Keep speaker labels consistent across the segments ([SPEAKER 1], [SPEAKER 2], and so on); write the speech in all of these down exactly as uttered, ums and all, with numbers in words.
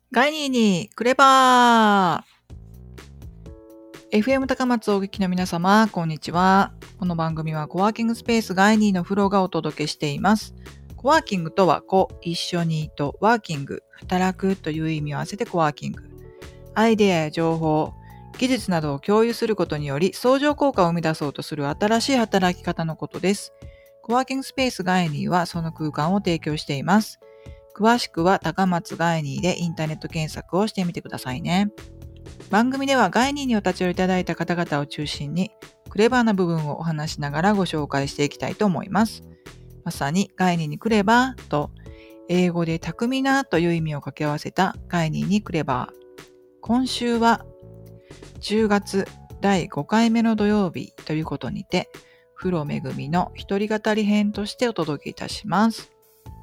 [SPEAKER 1] ガイニーにクレバー エフエム 高松をお聞きの皆様、こんにちは。この番組はコワーキングスペースガイニーのフローがお届けしています。コワーキングとは、コ、一緒にとワーキング、働くという意味を合わせてコワーキング。アイデアや情報、技術などを共有することにより相乗効果を生み出そうとする新しい働き方のことです。コワーキングスペースガイニーはその空間を提供しています。詳しくは高松ガイニーでインターネット検索をしてみてくださいね。番組ではガイニーにお立ち寄りいただいた方々を中心にクレバーな部分をお話しながらご紹介していきたいと思います。まさにガイニーにクレバーと英語で巧みなという意味を掛け合わせたガイニーにクレバー。今週はじゅうがつだいごかいめの土曜日ということにて風呂めぐみの一人語り編としてお届けいたします。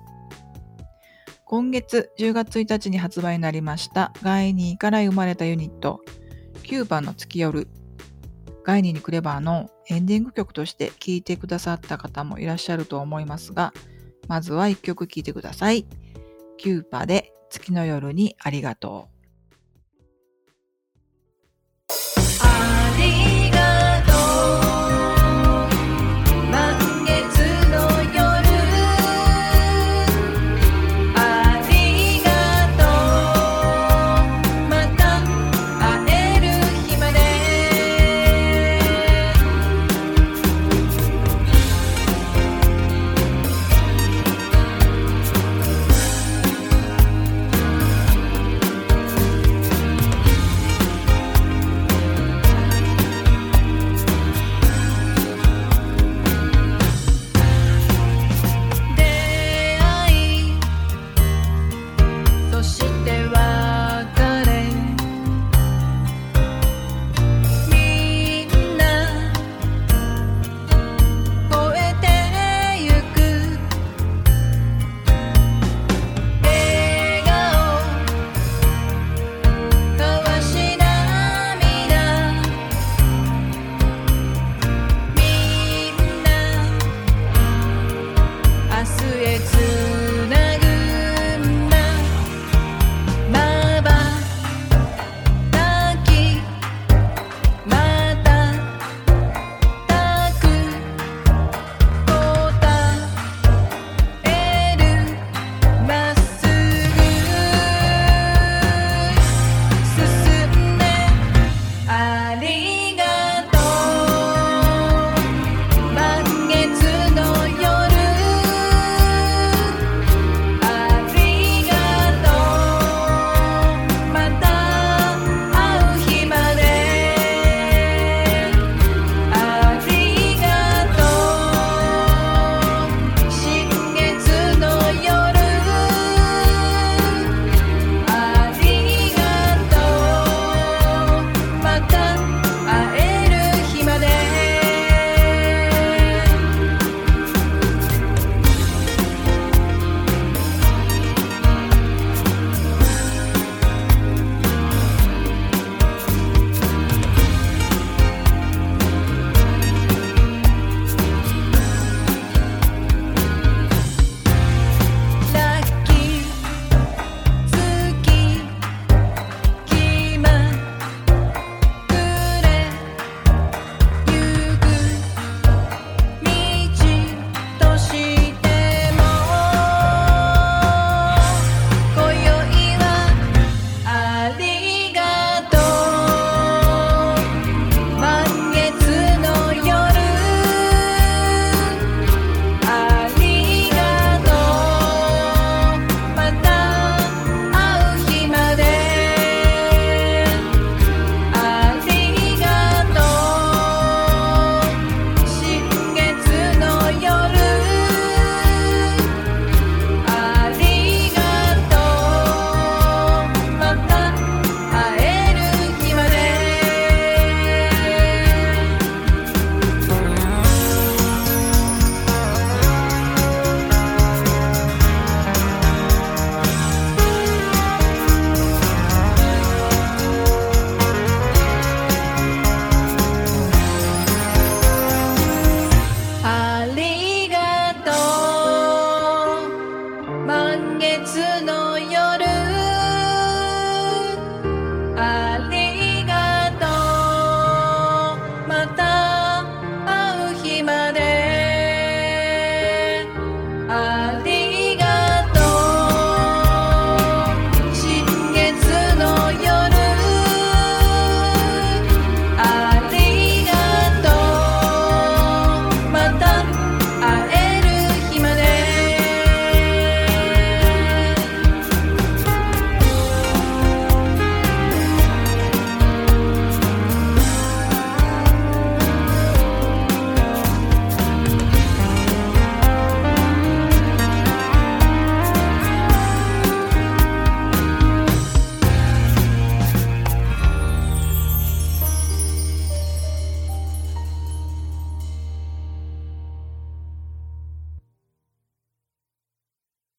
[SPEAKER 1] 今月じゅうがつついたちに発売になりましたガイニーから生まれたユニットきゅうばんの月夜、ガイニーにクレバーのエンディング曲として聴いてくださった方もいらっしゃると思いますが、まずはいっきょく聴いてください。キューパで月の夜にありがとう。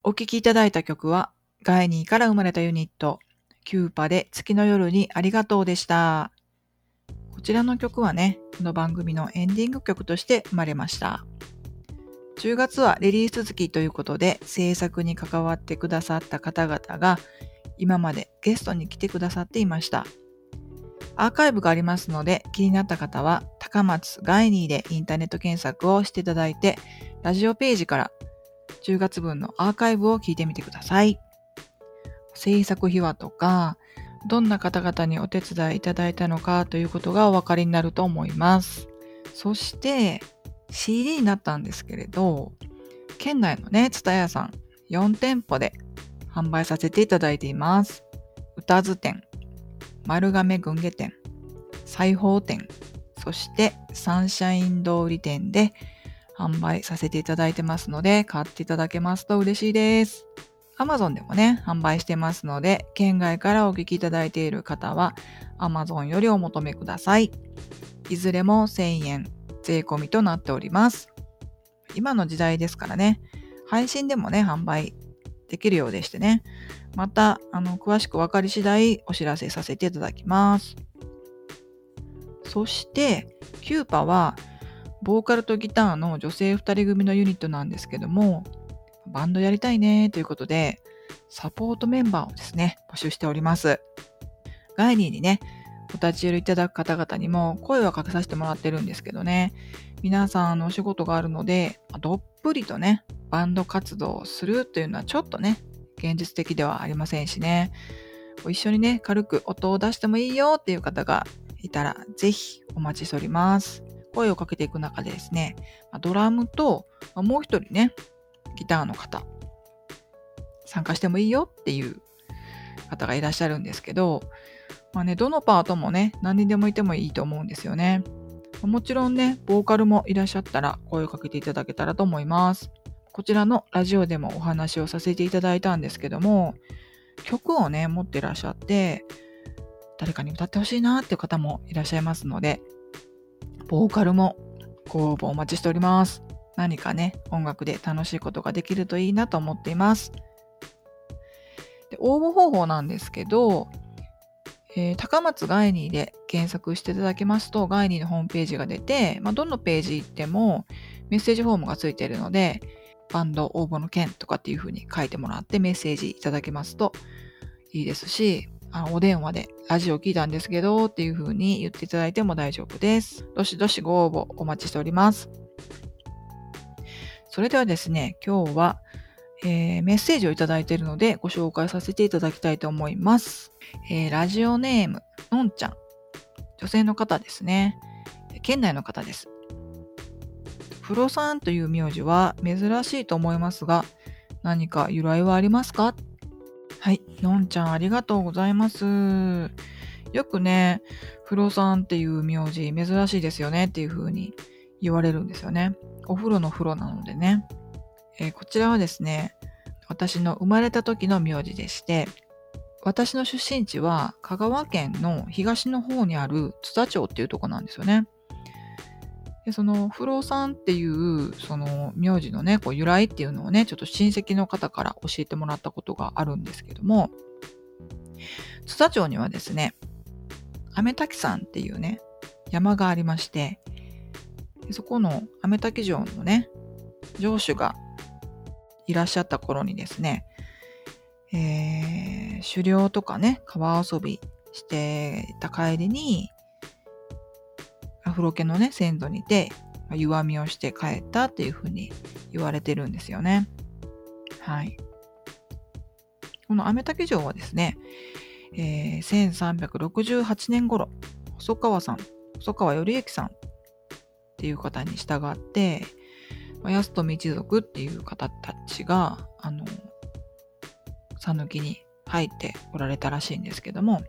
[SPEAKER 1] お聴きいただいた曲は、ガイニーから生まれたユニット、キューパで月の夜にありがとうでした。こちらの曲はね、この番組のエンディング曲として生まれました。じゅうがつはリリース月ということで、制作に関わってくださった方々が、今までゲストに来てくださっていました。アーカイブがありますので、気になった方は、高松ガイニーでインターネット検索をしていただいて、ラジオページからじゅうがつぶんのアーカイブを聞いてみてください。制作秘話とか、どんな方々にお手伝いいただいたのかということがお分かりになると思います。そして、シーディー になったんですけれど、県内のね、蔦屋さんよんてんぽで販売させていただいています。歌津店、丸亀群下店、裁縫店、そしてサンシャイン通り店で販売させていただいてますので、買っていただけますと嬉しいです。Amazon でもね、販売してますので、県外からお聞きいただいている方は Amazon よりお求めください。いずれもせんえん税込みとなっております。今の時代ですからね、配信でもね、販売できるようでしてね、また、あの、詳しく分かり次第お知らせさせていただきます。そして、キューパは、ボーカルとギターの女性ふたり組のユニットなんですけども、バンドやりたいねということで、サポートメンバーをですね、募集しております。ガイニーにね、お立ち寄りいただく方々にも声はかけさせてもらってるんですけどね、皆さんのお仕事があるので、どっぷりとね、バンド活動をするというのはちょっとね、現実的ではありませんしね、一緒にね、軽く音を出してもいいよっていう方がいたら、ぜひお待ちしております。声をかけていく中でですね、ドラムともう一人ね、ギターの方、参加してもいいよっていう方がいらっしゃるんですけど、まあね、どのパートもね、何にでもいてもいいと思うんですよね。もちろんね、ボーカルもいらっしゃったら声をかけていただけたらと思います。こちらのラジオでもお話をさせていただいたんですけども、曲をね、持っていらっしゃって、誰かに歌ってほしいなっていう方もいらっしゃいますので、ボーカルもご応募お待ちしております。何かね、音楽で楽しいことができるといいなと思っています。で、応募方法なんですけど、えー、高松ガイニーで検索していただきますと、ガイニーのホームページが出て、まあ、どのページ行ってもメッセージフォームがついているので、バンド応募の件とかっていう風に書いてもらってメッセージいただけますといいですし、あのお電話でラジオ聞いたんですけどっていう風に言っていただいても大丈夫です。どしどしご応募お待ちしております。それではですね、今日は、えー、メッセージをいただいているのでご紹介させていただきたいと思います。えー、ラジオネーム、のんちゃん。女性の方ですね。県内の方です。フロさんという名字は珍しいと思いますが、何か由来はありますか？はい、のんちゃんありがとうございます。よくね、フロさんっていう名字珍しいですよねっていう風に言われるんですよね。お風呂の風呂なのでね。えー、こちらはですね、私の生まれた時の名字でして、私の出身地は香川県の東の方にある津田町っていうとこなんですよね。でその不老さんっていうその名字のねこう由来っていうのをねちょっと親戚の方から教えてもらったことがあるんですけども、津田町にはですね雨滝山っていうね山がありまして、でそこの雨滝城のね城主がいらっしゃった頃にですね、えー、狩猟とかね川遊びしていた帰りにアフロ家のね先祖にて湯あみをして帰ったっていうふうに言われてるんですよね。はい。この雨滝城はですね、えー、せんさんびゃくろくじゅうはちねん頃、細川さん、細川頼之さんっていう方に従って、安富一族っていう方たちが、あの、讃岐に入っておられたらしいんですけども、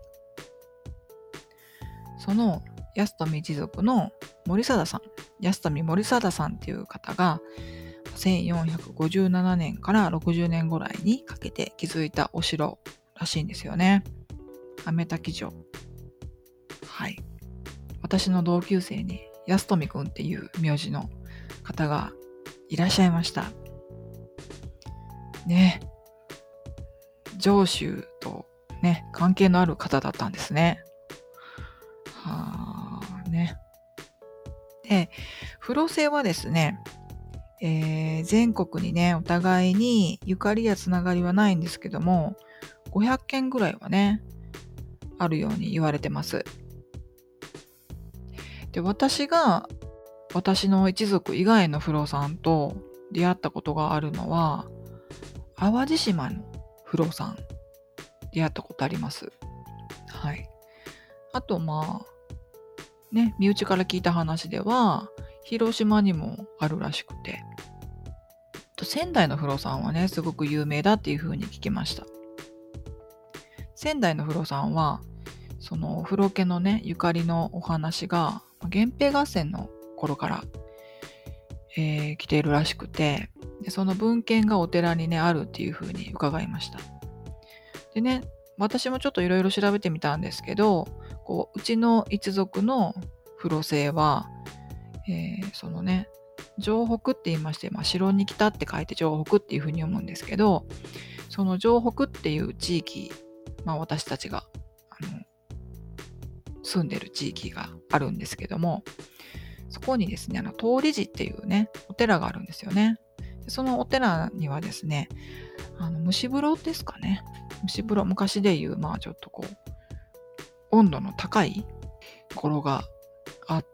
[SPEAKER 1] その安富一族の森貞さん、安富森貞さんっていう方が、せんよんひゃくごじゅうななねんからろくじゅうねんぐらいにかけて築いたお城らしいんですよね。雨滝城。はい。私の同級生に安富くんっていう名字の方がいらっしゃいました。ね。 上州とね、関係のある方だったんですね。はあ、ね。で、風呂星はですね、えー、全国にね、お互いにゆかりやつながりはないんですけども、ごひゃっけんぐらいはね、あるように言われてます。で、私が、私の一族以外の風呂さんと出会ったことがあるのは、淡路島の風呂さん、出会ったことあります。はい。あと、まあ、ね、身内から聞いた話では、広島にもあるらしくて、仙台の風呂さんはね、すごく有名だっていう風に聞きました。仙台の風呂さんは、その風呂家のね、ゆかりのお話が、源平合戦の頃から、えー、来ているらしくて、でその文献がお寺にね、あるっていう風に伺いました。でね、私もちょっといろいろ調べてみたんですけど、こううちの一族の風呂星は、えー、そのね、城北って言いまして、まあ、城に来たって書いて城北っていう風に読むんですけど、その城北っていう地域、まあ、私たちがあの住んでる地域があるんですけども、そこにですね、あの通り寺っていうね、お寺があるんですよね。でそのお寺にはですね、あの蒸し風呂ですかね。蒸し風呂、昔でいう、まあちょっとこう、温度の高いところがあって、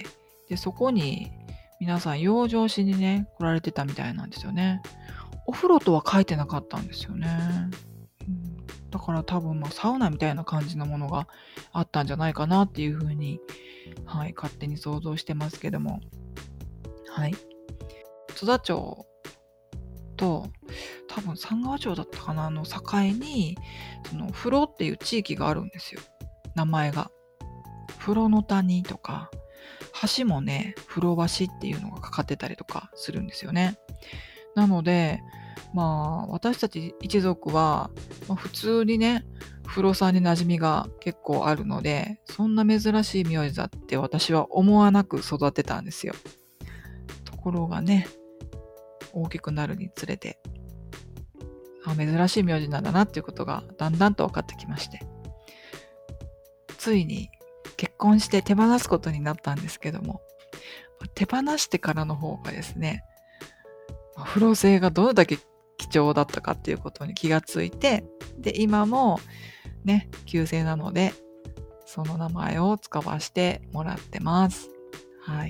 [SPEAKER 1] で、そこに皆さん養生しにね、来られてたみたいなんですよね。お風呂とは書いてなかったんですよね。うん、だから多分まあサウナみたいな感じのものがあったんじゃないかなっていうふうに、はい、勝手に想像してますけども。はい。戸田町と、多分三川町だったかな、の境に、その風呂っていう地域があるんですよ。名前が。風呂の谷とか、橋もね、風呂橋っていうのがかかってたりとかするんですよね。なので、まあ、私たち一族は、まあ、普通にね、風呂さんに馴染みが結構あるので、そんな珍しい名字だって私は思わなく育てたんですよ。ところがね、大きくなるにつれて、あ、珍しい名字なんだなっていうことがだんだんと分かってきまして、ついに結婚して手放すことになったんですけども、手放してからの方がですね、風呂星がどれだけ貴重だったかっていうことに気がついて、で、今もね、旧姓なので、その名前を使わせてもらってます。はい。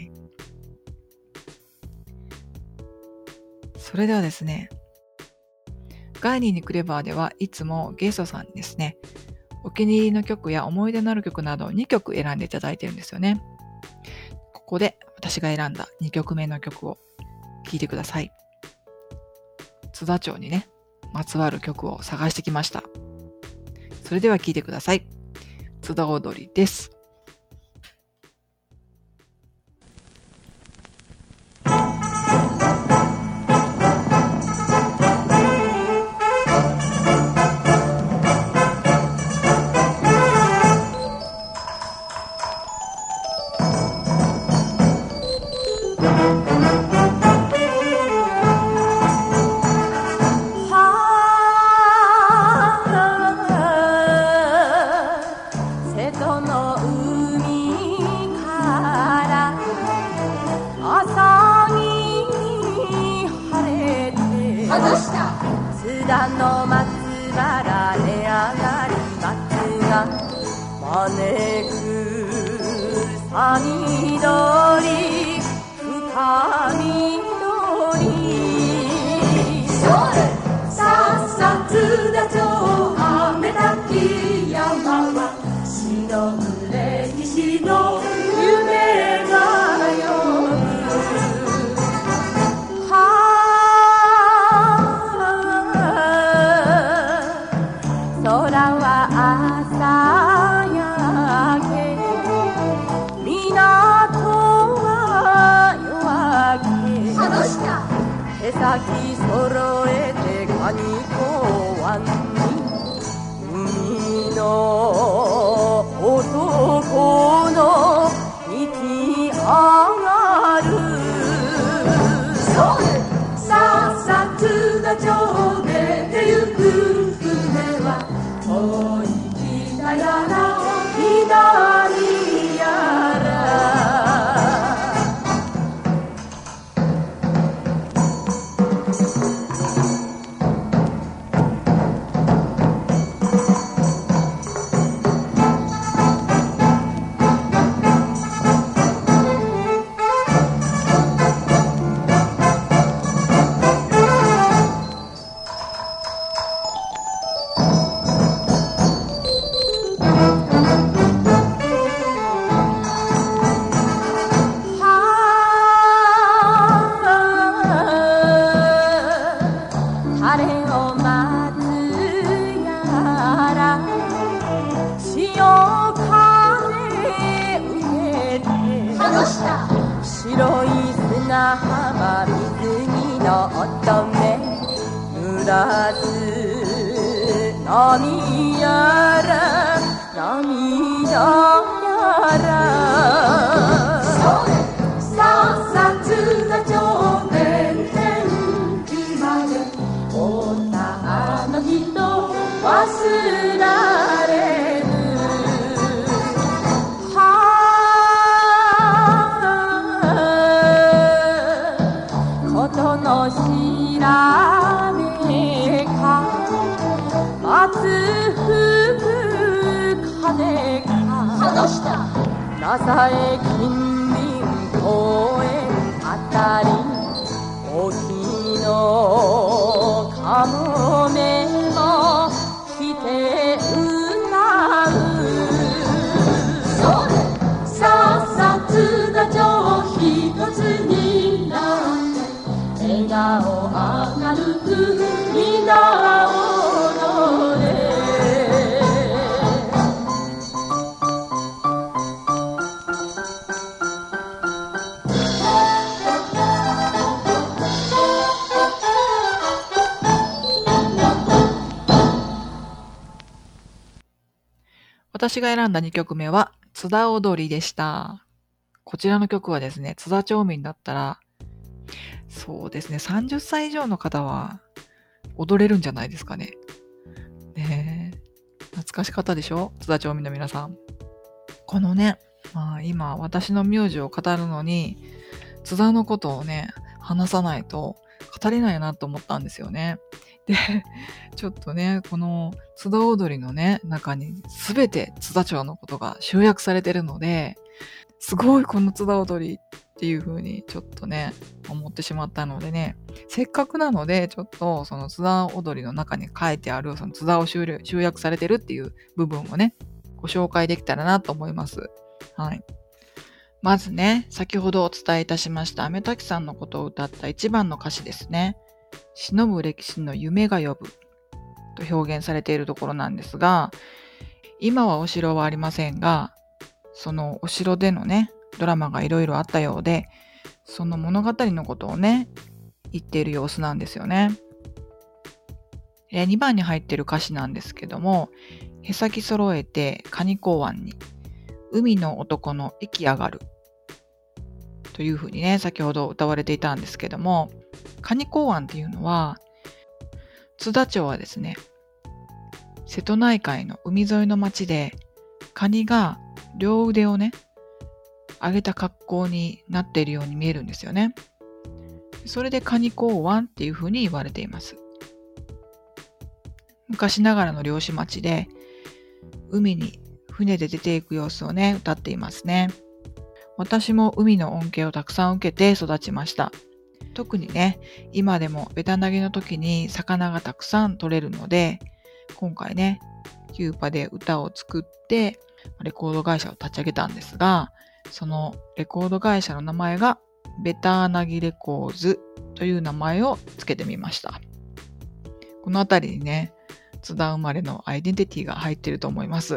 [SPEAKER 1] それではですね、ガイニーにクレバーではいつもゲストさんにですね、お気に入りの曲や思い出のある曲などにきょく選んでいただいてるんですよね。ここで私が選んだにきょくめの曲を聴いてください。津田町にね、まつわる曲を探してきました。それでは聴いてください。津田踊りです。
[SPEAKER 2] 津田の松原値上がり松が招くさみどり深みどりさっさ津田町雨滝山は忍ぶ歴史の夢が呼ぶ空は朝焼け港は夜明け手先揃えてカニ港湾に海の男の息上がるさっさ津田町出てゆく船の乙女濡らす波やら涙やらさっさつが上面天気まで女の人忘られぬことの知らねえか松吹く風かなさえ近隣公園あたり沖のかもめも来て歌うさっさつが上一つになって笑顔明るく皆踊れ
[SPEAKER 1] 私が選んだにきょくめは津田踊りでした。こちらの曲はですね、津田町民だったらそうですね、さんじゅっさい以上の方は踊れるんじゃないですかね。ねえ、懐かしかったでしょ、津田町民の皆さん。このね、まあ、今私の名字を語るのに津田のことをね話さないと語れないなと思ったんですよね。で、ちょっとね、この津田踊りのね中に全て津田町のことが集約されてるので、すごいこの津田踊りっていう風にちょっとね思ってしまったのでね、せっかくなのでちょっとその津田踊りの中に書いてあるその津田を集約されてるっていう部分をねご紹介できたらなと思います。はい。まずね、先ほどお伝えいたしました雨滝さんのことを歌った一番の歌詞ですね。忍ぶ歴史の夢が呼ぶと表現されているところなんですが、今はお城はありませんが、そのお城でのねドラマがいろいろあったようで、その物語のことをね言っている様子なんですよね。にばんに入っている歌詞なんですけども、へさき揃えて蟹港湾に海の男の息上がるというふうにね先ほど歌われていたんですけども、蟹港湾っていうのは津田町はですね、瀬戸内海の海沿いの町でカニが両腕をね上げた格好になっているように見えるんですよね。それで蟹港湾っていうふうに言われています。昔ながらの漁師町で海に船で出ていく様子をね歌っていますね。私も海の恩恵をたくさん受けて育ちました。特にね今でもベタ投げの時に魚がたくさん取れるので、今回ねキューパで歌を作ってレコード会社を立ち上げたんですが、そのレコード会社の名前がベタナギレコーズという名前をつけてみました。このあたりにね津田生まれのアイデンティティが入っていると思います。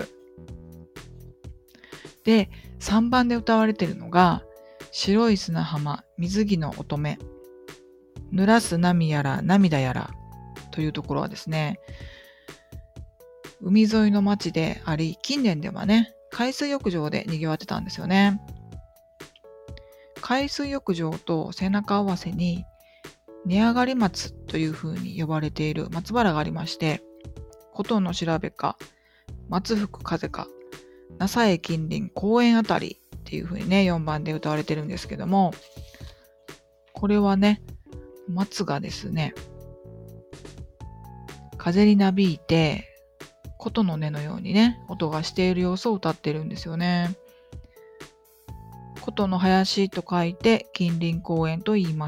[SPEAKER 1] で、さんばんで歌われているのが白い砂浜水着の乙女濡らす波やら涙やらというところはですね、海沿いの町であり、近年ではね海水浴場で賑わってたんですよね。海水浴場と背中合わせに値上がり松というふうに呼ばれている松原がありまして、琴の調べか松吹く風か那佐へ近隣公園あたりっていうふうにねよんばんで歌われてるんですけども、これはね松がですね風になびいて琴の音のようにね音がしている様子を歌ってるんですよね。琴の林と書いて近隣公園と言います。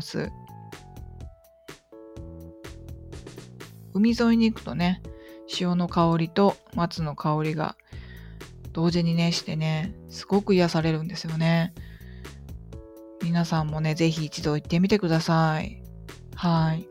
[SPEAKER 1] 海沿いに行くとね潮の香りと松の香りが同時にねしてねすごく癒されるんですよね。皆さんもねぜひ一度行ってみてください。はい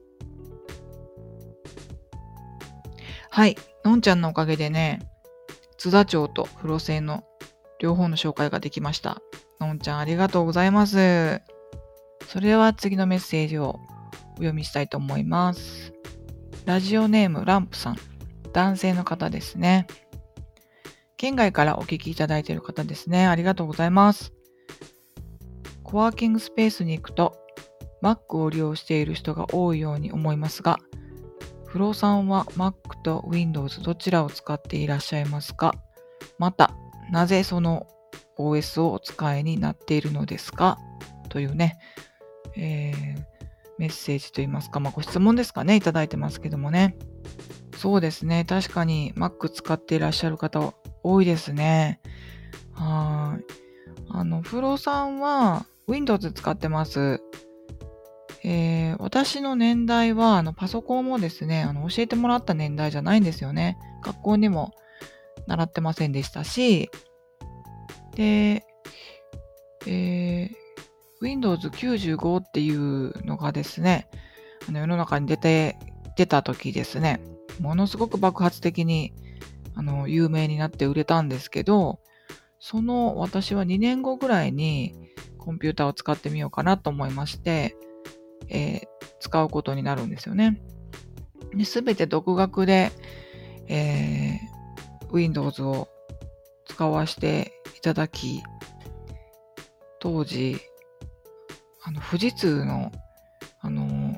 [SPEAKER 1] はいのんちゃんのおかげでね津田町と風呂清の両方の紹介ができました。のんちゃんありがとうございます。それでは次のメッセージをお読みしたいと思います。ラジオネームランプさん、男性の方ですね。県外からお聞きいただいている方ですね。ありがとうございます。コワーキングスペースに行くと Mac を利用している人が多いように思いますが、フローさんは Mac と Windows どちらを使っていらっしゃいますか？また、なぜその オーエス をお使いになっているのですか？というね、えー、メッセージといいますか、まあ、ご質問ですかね、いただいてますけどもね。そうですね、確かに Mac 使っていらっしゃる方多いですね。はい。あの、フローさんは Windows 使ってます。えー、私の年代はあのパソコンもですね、あの教えてもらった年代じゃないんですよね。学校にも習ってませんでしたし、で、えー、ウィンドウズきゅうじゅうご っていうのがですね、あの世の中に出て、出た時ですね、ものすごく爆発的にあの有名になって売れたんですけど、その私はにねんごぐらいにコンピューターを使ってみようかなと思いまして、えー、使うことになるんですよね。すべて独学で、えー、Windows を使わせていただき、当時、あの富士通の、あのー、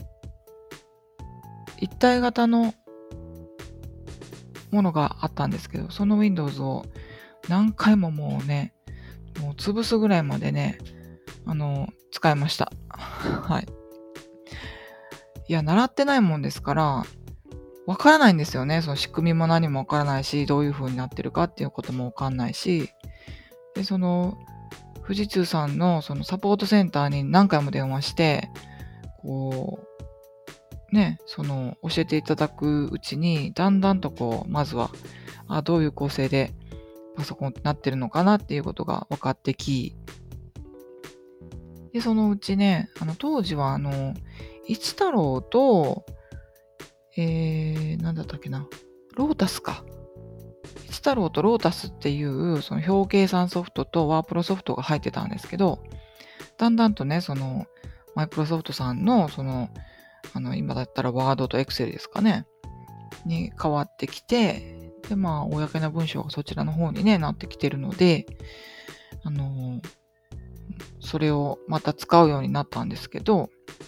[SPEAKER 1] 一体型のものがあったんですけど、その Windows を何回ももうね、もう潰すぐらいまでね、あのー、使いました。はい。いや、習ってないもんですから、わからないんですよね。その仕組みも何もわからないし、どういう風になってるかっていうこともわかんないし、で、その、富士通さんのそのサポートセンターに何回も電話して、こう、ね、その、教えていただくうちに、だんだんとこう、まずは、あ、どういう構成でパソコンってなってるのかなっていうことが分かってき、で、そのうちね、あの、当時はあの、一太郎と、えー、なんだったっけな、ロータスか。一太郎とロータスっていう、その表計算ソフトとワープロソフトが入ってたんですけど、だんだんとね、その、マイクロソフトさんの、その、あの、今だったらワードとエクセルですかね、に変わってきて、で、まあ、公な文章がそちらの方にね、なってきてるので、あの、それをまた使うようになったんですけど、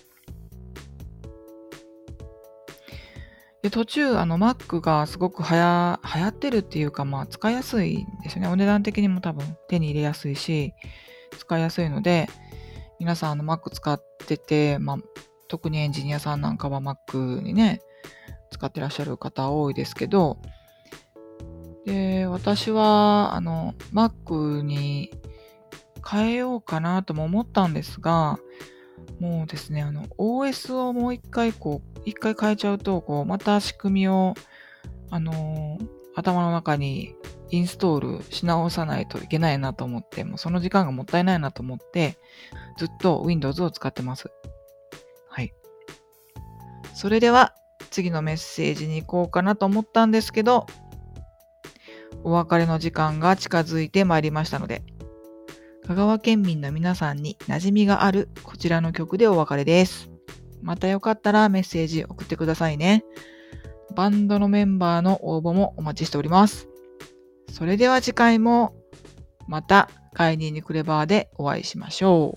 [SPEAKER 1] で、途中、あの、Mac がすごくはや、流行ってるっていうか、まあ、使いやすいんですよね。お値段的にも多分手に入れやすいし、使いやすいので、皆さん、あの、Mac 使ってて、まあ、特にエンジニアさんなんかは Mac にね、使ってらっしゃる方多いですけど、で、私は、あの、Mac に変えようかなとも思ったんですが、もうですね、あの、オーエス をもう一回こう、一回変えちゃうと、こう、また仕組みを、あのー、頭の中にインストールし直さないといけないなと思って、もうその時間がもったいないなと思って、ずっと Windows を使ってます。はい。それでは、次のメッセージに行こうかなと思ったんですけど、お別れの時間が近づいてまいりましたので、香川県民の皆さんに馴染みがあるこちらの曲でお別れです。またよかったらメッセージ送ってくださいね。バンドのメンバーの応募もお待ちしております。それでは次回もまたカイニーにクレバーでお会いしましょう。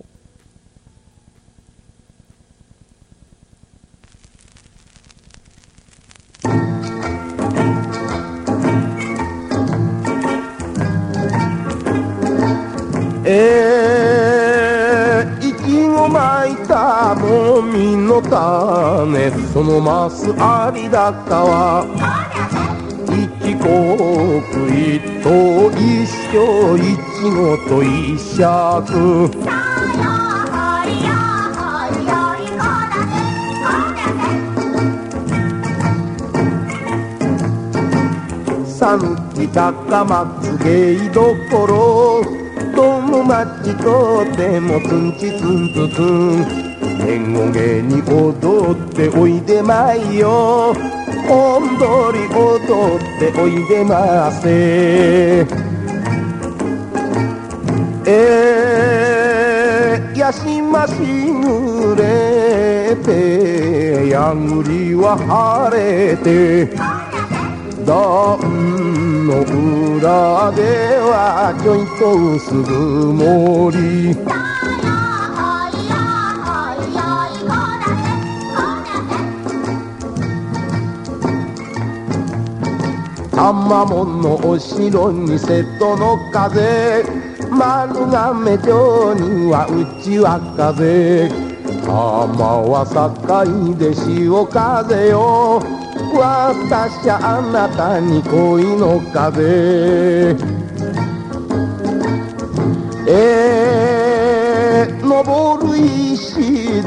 [SPEAKER 3] えー、息を巻いたもみの種、そのマスありだったわ。一国一党一生一語と一尺、讃岐高松芸どころ、友達とてもツンチツンツツン、年後げに踊っておいでまいよ、踊り踊っておいでませ。えー、やしましぐれててやぐりは晴れて段の裏ではちょいと薄曇り玉門のお城に瀬戸の風丸亀城には内は風浜は境で潮風よ私はあなたに恋の風えー、登る石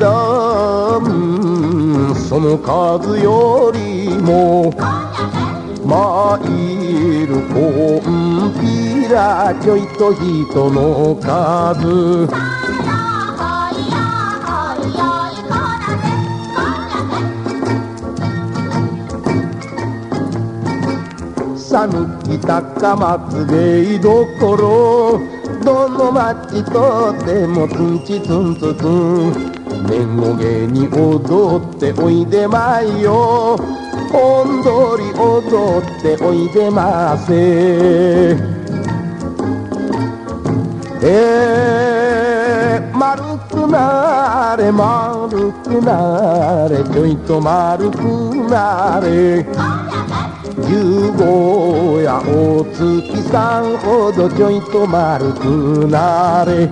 [SPEAKER 3] 段その数よりもマイルコンピラちょいと人の数さぬき高松芸どころどの町とてもツンチツンツツン年後芸に踊っておいでまいよ踊り踊っておいでませえー、丸くなれ丸くなれちょいと丸くなれ十五夜お月さんほどちょいと丸くなれ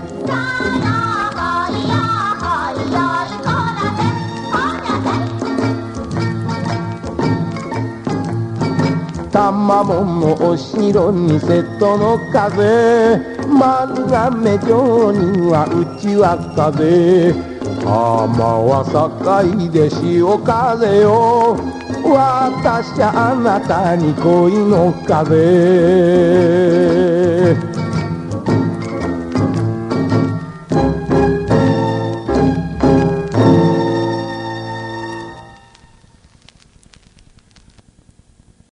[SPEAKER 3] 玉門のお城に瀬戸の風丸亀城には内は風浜は境で潮風よ私はあなたに恋の風